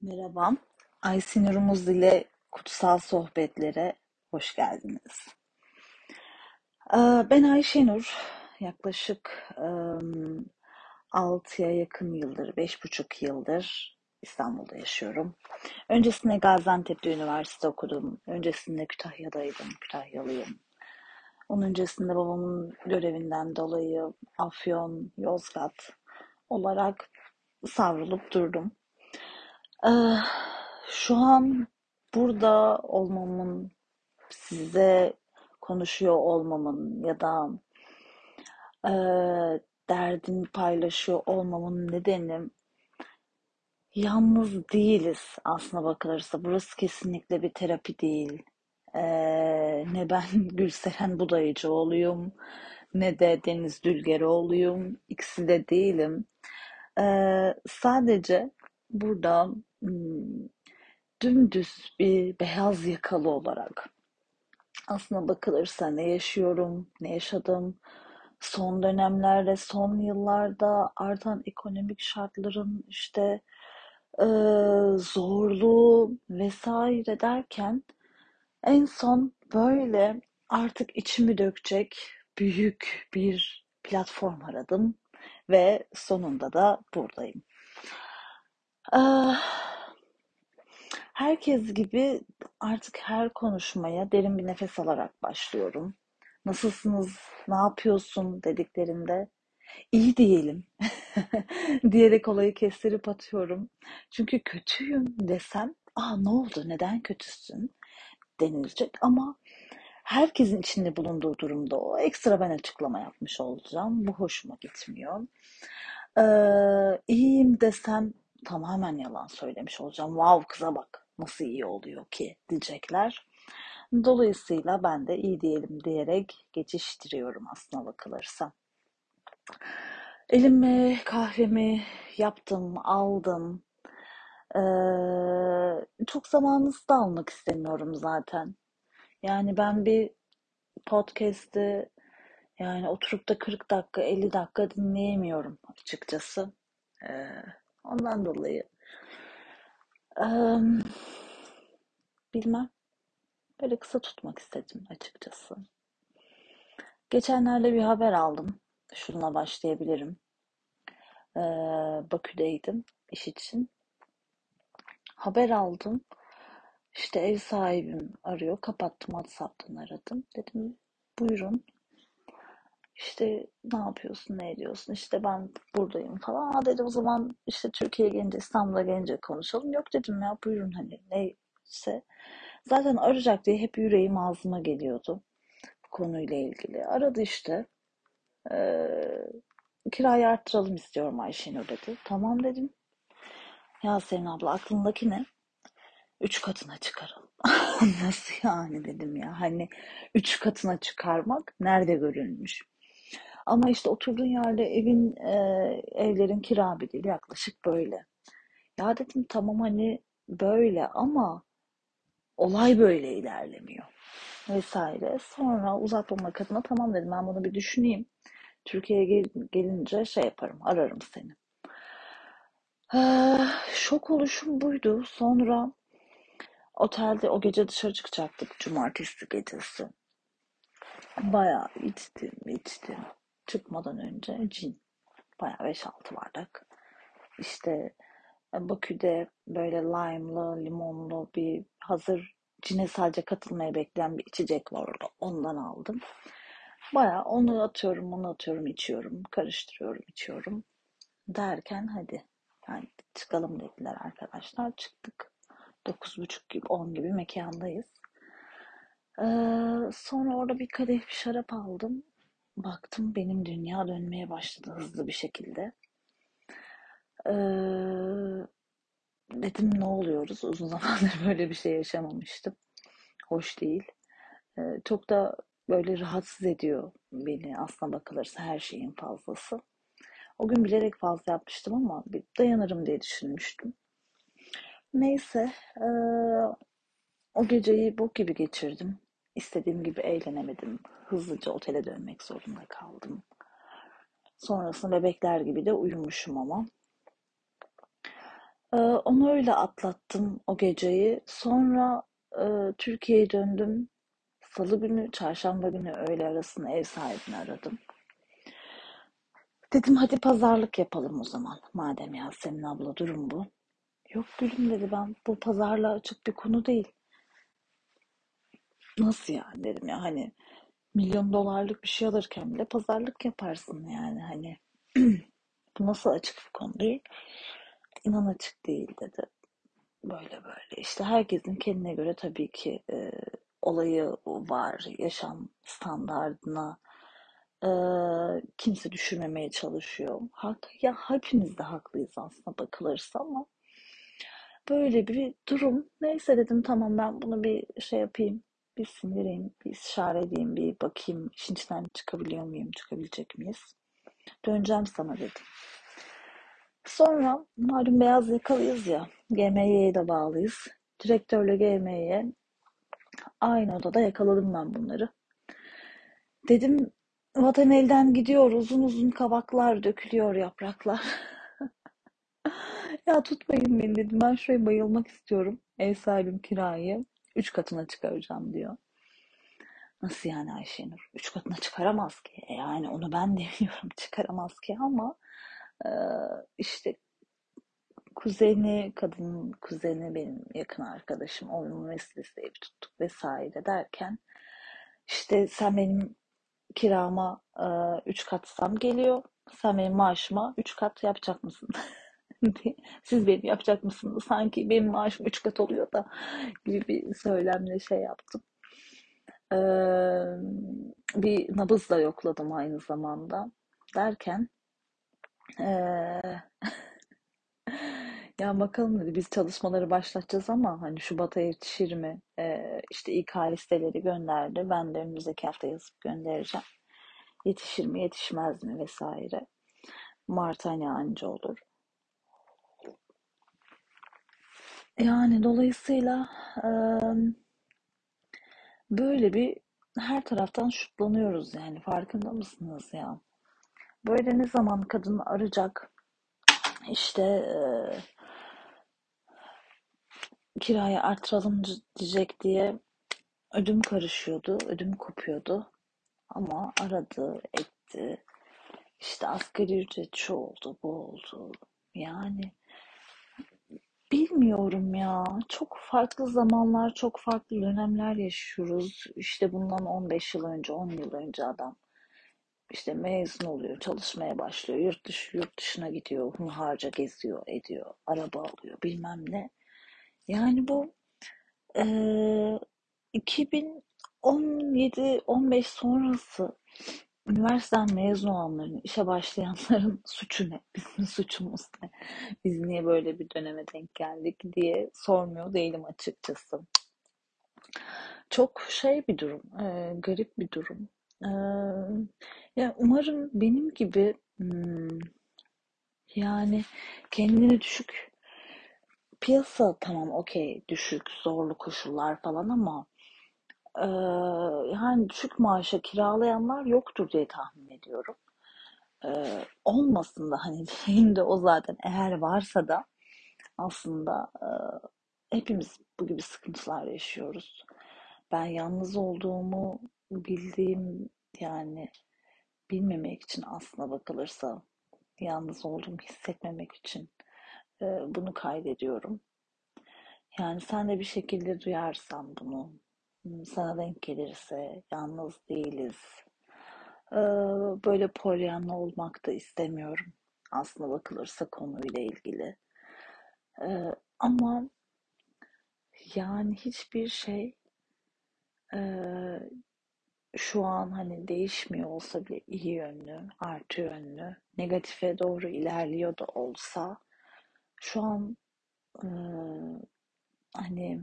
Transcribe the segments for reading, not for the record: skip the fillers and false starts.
Merhaba, Aysinur'umuz ile Kutsal Sohbetlere hoş geldiniz. Ben Ayşenur, yaklaşık 6'ya yakın yıldır, 5,5 yıldır İstanbul'da yaşıyorum. Öncesinde Gaziantep'te üniversite okudum. Öncesinde Kütahya'daydım, Kütahyalıyım. Onun öncesinde babamın görevinden dolayı Afyon, Yozgat olarak savrulup durdum. Eee, Şu an burada olmamın, size konuşuyor olmamın ya da derdimi paylaşıyor olmamın nedeni yalnız değiliz aslına bakılırsa. Burası kesinlikle bir terapi değil. Ne ben Gülseren Budayıcıoğlu'yum ne de Deniz Dülgeroğlu'yum. İkisi de değilim. Sadece burada dümdüz bir beyaz yakalı olarak aslına bakılırsa ne yaşıyorum, ne yaşadım, son dönemlerde, son yıllarda artan ekonomik şartların işte zorluğu vesaire derken en son böyle artık içimi dökecek büyük bir platform aradım ve sonunda da buradayım. Ah, Herkes gibi artık her konuşmaya derin bir nefes alarak başlıyorum. Nasılsınız, ne yapıyorsun dediklerinde iyi diyelim diyerek olayı kestirip atıyorum. Çünkü kötüyüm desem, ne oldu, neden kötüsün denilecek ama herkesin içinde bulunduğu durumda o ekstra ben açıklama yapmış olacağım. Bu hoşuma gitmiyor. İyiyim desem tamamen yalan söylemiş olacağım. Wow kıza bak nasıl iyi oluyor ki diyecekler. Dolayısıyla ben de iyi diyelim diyerek geçiştiriyorum aslına bakılırsa. Elime kahvemi yaptım, aldım. Çok zamanınızı da almak istemiyorum zaten. Yani ben bir podcast'i yani oturup da 40 dakika, 50 dakika dinleyemiyorum açıkçası. Ee, Ondan dolayı em, bilmem. Böyle kısa tutmak istedim açıkçası. Geçenlerde bir haber aldım. Şununla başlayabilirim. Ee, Bakü'deydim iş için. Haber aldım. İşte ev sahibim arıyor. Kapattım, WhatsApp'tan aradım. Dedim buyurun. İşte ne yapıyorsun, ne ediyorsun? İşte ben buradayım falan. Dedi o zaman işte Türkiye'ye gelince, İstanbul'a gelince konuşalım. Yok dedim ya buyurun hani neyse. Zaten arayacak diye hep yüreğim ağzıma geliyordu bu konuyla ilgili. Aradı işte. Ee, Kirayı arttıralım istiyorum Ayşenur dedi. Tamam dedim. Ya Serin abla aklındaki ne? 3 katına çıkaralım. Nasıl yani dedim ya. Hani 3 katına çıkarmak nerede görülmüş? Ama işte oturduğun yerde evlerin kira bedeli yaklaşık böyle. Ya dedim tamam hani böyle ama olay böyle ilerlemiyor vesaire. Sonra uzatmamak adına tamam dedim ben bunu bir düşüneyim. Türkiye'ye gelince şey yaparım ararım seni. Şok oluşum buydu. Sonra otelde o gece dışarı çıkacaktık cumartesi gecesi. Bayağı içtim. Çıkmadan önce cin. Bayağı 5-6 bardak. İşte Bakü'de böyle lime'lı, limonlu bir hazır cine sadece katılmaya bekleyen bir içecek var orada. Ondan aldım. Bayağı onu atıyorum, onu atıyorum, içiyorum. Karıştırıyorum, içiyorum. Derken hadi yani çıkalım dediler arkadaşlar. Çıktık. 9.30 gibi 10 gibi mekandayız. Sonra orada bir kadeh bir şarap aldım. Baktım benim dünya dönmeye başladı hızlı bir şekilde. Ee, Dedim ne oluyoruz? Uzun zamandır böyle bir şey yaşamamıştım. Hoş değil. Çok da böyle rahatsız ediyor beni aslına bakılırsa her şeyin fazlası. O gün bilerek fazla yapmıştım ama bir dayanırım diye düşünmüştüm. Neyse, o geceyi bok gibi geçirdim. İstediğim gibi eğlenemedim. Hızlıca otele dönmek zorunda kaldım. Sonrasında bebekler gibi de uyumuşum ama. Onu öyle atlattım o geceyi. Sonra Türkiye'ye döndüm. Salı günü, çarşamba günü öğle arasında ev sahibini aradım. Dedim hadi pazarlık yapalım o zaman. Madem Yasemin abla durum bu. Yok gülüm dedi, ben bu pazarlığa açık bir konu değil. Nasıl yani dedim ya, hani milyon dolarlık bir şey alırken bile pazarlık yaparsın yani, hani bu nasıl açık bir konu değil. İnan açık değil dedi. Böyle böyle işte herkesin kendine göre tabii ki olayı var, yaşam standardına kimse düşürmemeye çalışıyor. Ya hepimiz de haklıyız aslında bakılırsa, ama böyle bir durum. Neyse dedim, tamam ben bunu bir şey yapayım. Bir sindireyim, bir istişare edeyim, bir bakayım işin içinden çıkabiliyor muyum, çıkabilecek miyiz? Döneceğim sana dedim. Sonra malum beyaz yakalıyız ya, GMY'ye de bağlıyız. Direktörle GM'ye aynı odada yakaladım ben bunları. Dedim vatan elden gidiyor, uzun uzun kabaklar dökülüyor, yapraklar. Ya tutmayın beni dedim, ben şuraya bayılmak istiyorum. Ev sahibim kirayı 3 katına çıkaracağım diyor. Nasıl yani Ayşenur? 3 katına çıkaramaz ki. Yani onu ben de biliyorum, çıkaramaz ki, ama e, işte kuzeni, kadının kuzeni benim yakın arkadaşım. Onun vesilesiyle ev tuttuk vesaire derken, işte sen benim kirama 3 kat zam geliyor. Sen benim maaşıma 3 kat yapacak mısın? Siz benim yapacak mısınız? Sanki benim maaşım 3 kat oluyor da gibi bir söylemle şey yaptım. Ee, Bir nabız da yokladım aynı zamanda. Derken ee, ya bakalım dedi, biz çalışmaları başlatacağız ama hani Şubat'a yetişir mi? İşte İK listeleri gönderdi. Ben de önümüzdeki hafta yazıp göndereceğim. Yetişir mi, yetişmez mi vesaire. Mart hani anca olur. Yani dolayısıyla böyle bir her taraftan şutlanıyoruz yani, farkında mısınız ya? Böyle ne zaman kadın arayacak, işte kirayı artıralım diyecek diye ödüm karışıyordu, ödüm kopuyordu. Ama aradı, etti. İşte asgari ücret şu oldu, bu oldu. Yani bilmiyorum ya. Çok farklı zamanlar, çok farklı dönemler yaşıyoruz. İşte bundan 15 yıl önce, 10 yıl önce adam işte mezun oluyor, çalışmaya başlıyor. Yurt dışına gidiyor, hunharca geziyor, ediyor, araba alıyor, bilmem ne. Yani bu eee 2017-15 sonrası üniversiteden mezun olanların, işe başlayanların suçu ne? Bizim suçumuz ne? Biz niye böyle bir döneme denk geldik diye sormuyor değilim açıkçası. Çok şey bir durum, garip bir durum. Ya umarım benim gibi yani kendini düşük, piyasa tamam okey, düşük zorlu koşullar falan, ama e, yani düşük maaşa kiralayanlar yoktur diye tahmin ediyorum. Olmasın da hani diyeyim de o zaten, eğer varsa da aslında hepimiz bu gibi sıkıntılar yaşıyoruz. Ben yalnız olduğumu bildiğim, yani bilmemek için, aslına bakılırsa yalnız olduğumu hissetmemek için bunu kaydediyorum. Yani sen de bir şekilde duyarsan bunu, sana denk gelirse, yalnız değiliz. Ee, Böyle polyanla olmak da istemiyorum, aslına bakılırsa konuyla ilgili. Ama yani hiçbir şey e, şu an hani değişmiyor olsa bile, iyi yönlü, artı yönlü, negatife doğru ilerliyor da olsa, şu an e, hani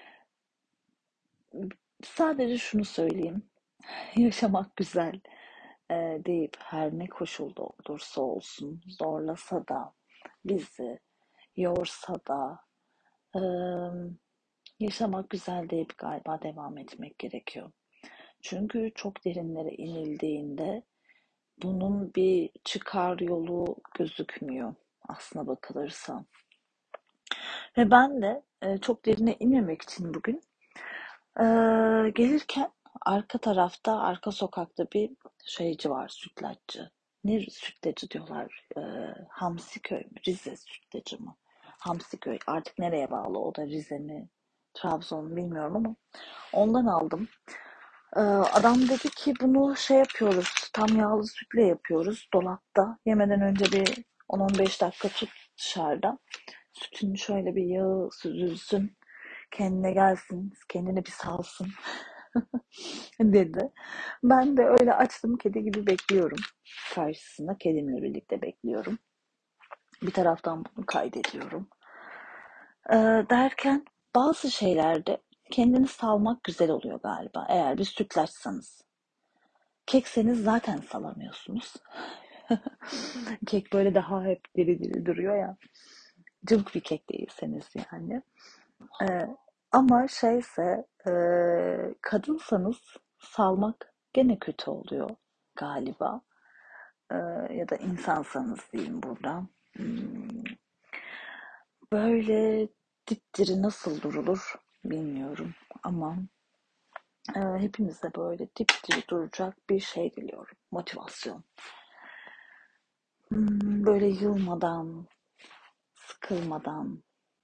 sadece şunu söyleyeyim. Yaşamak güzel deyip her ne koşulda olursa olsun, zorlasa da, bizi yorsa da e, yaşamak güzel deyip galiba devam etmek gerekiyor. Çünkü çok derinlere inildiğinde bunun bir çıkar yolu gözükmüyor aslına bakılırsa. Ve ben de çok derine inmemek için bugün gelirken arka tarafta, arka sokakta bir şeyci var, sütlaççı. Ne sütlacı diyorlar? Hamsiköy mü? Rize sütlacı mı? Hamsiköy. Artık nereye bağlı? O da Rize mi? Trabzon mu bilmiyorum ama ondan aldım. Adam dedi ki bunu şey yapıyoruz, tam yağlı sütle yapıyoruz dolapta. Yemeden önce bir 10-15 dakika tut dışarıda. Sütün şöyle bir yağı süzülsün, kendine gelsin, kendini bir salsın dedi. Ben de öyle açtım, kedi gibi bekliyorum. Karşısında kedimle birlikte bekliyorum. Bir taraftan bunu kaydediyorum. Derken bazı şeylerde kendini salmak güzel oluyor galiba. Eğer bir sütlaçsanız. Kekseniz zaten salamıyorsunuz. Kek böyle daha hep diri diri duruyor ya. Cıvık bir kek değilseniz yani. Ee, Ama şeyse kadınsanız salmak gene kötü oluyor galiba. Ee, Ya da insansanız diyeyim burada. Hmm, Böyle dipdiri nasıl durulur bilmiyorum ama hepimize böyle dipdiri duracak bir şey diliyorum. Motivasyon. Böyle yılmadan, sıkılmadan,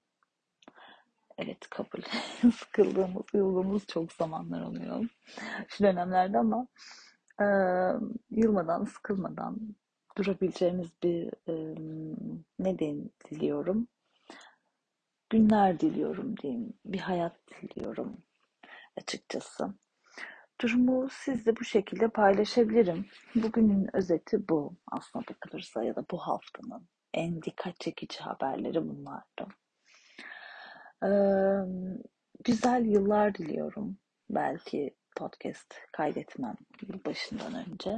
evet kabul. Sıkıldığımız, yıldığımız çok zamanlar oluyor şu dönemlerde ama e, yılmadan, sıkılmadan durabileceğimiz bir ne diyeyim diliyorum. Günler diliyorum diyeyim. Bir hayat diliyorum açıkçası. Durumu sizle bu şekilde paylaşabilirim. Bugünün özeti bu aslına bakılırsa ya da bu haftanın en dikkat çekici haberleri bunlardı. Ee, Güzel yıllar diliyorum. Belki podcast kaydetmem yılbaşından önce.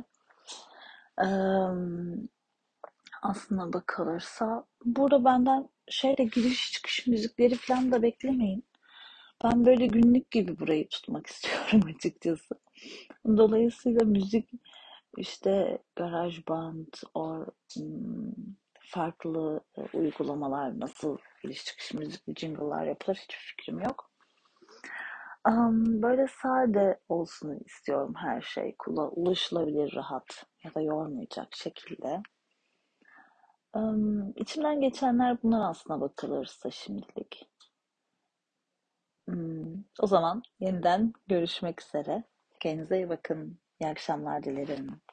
Ee, Aslına bakılırsa burada benden şeyde giriş çıkış müzikleri falan da beklemeyin. Ben böyle günlük gibi burayı tutmak istiyorum açıkçası. Dolayısıyla müzik işte GarageBand, farklı uygulamalar nasıl giriş çıkış müzikli jingle'lar yapılır hiçbir fikrim yok. Böyle sade olsun istiyorum her şey. Kula ulaşılabilir, rahat ya da yormayacak şekilde. İçimden geçenler bunlar aslına bakılırsa şimdilik. O zaman yeniden görüşmek üzere. Kendinize iyi bakın. İyi akşamlar dilerim.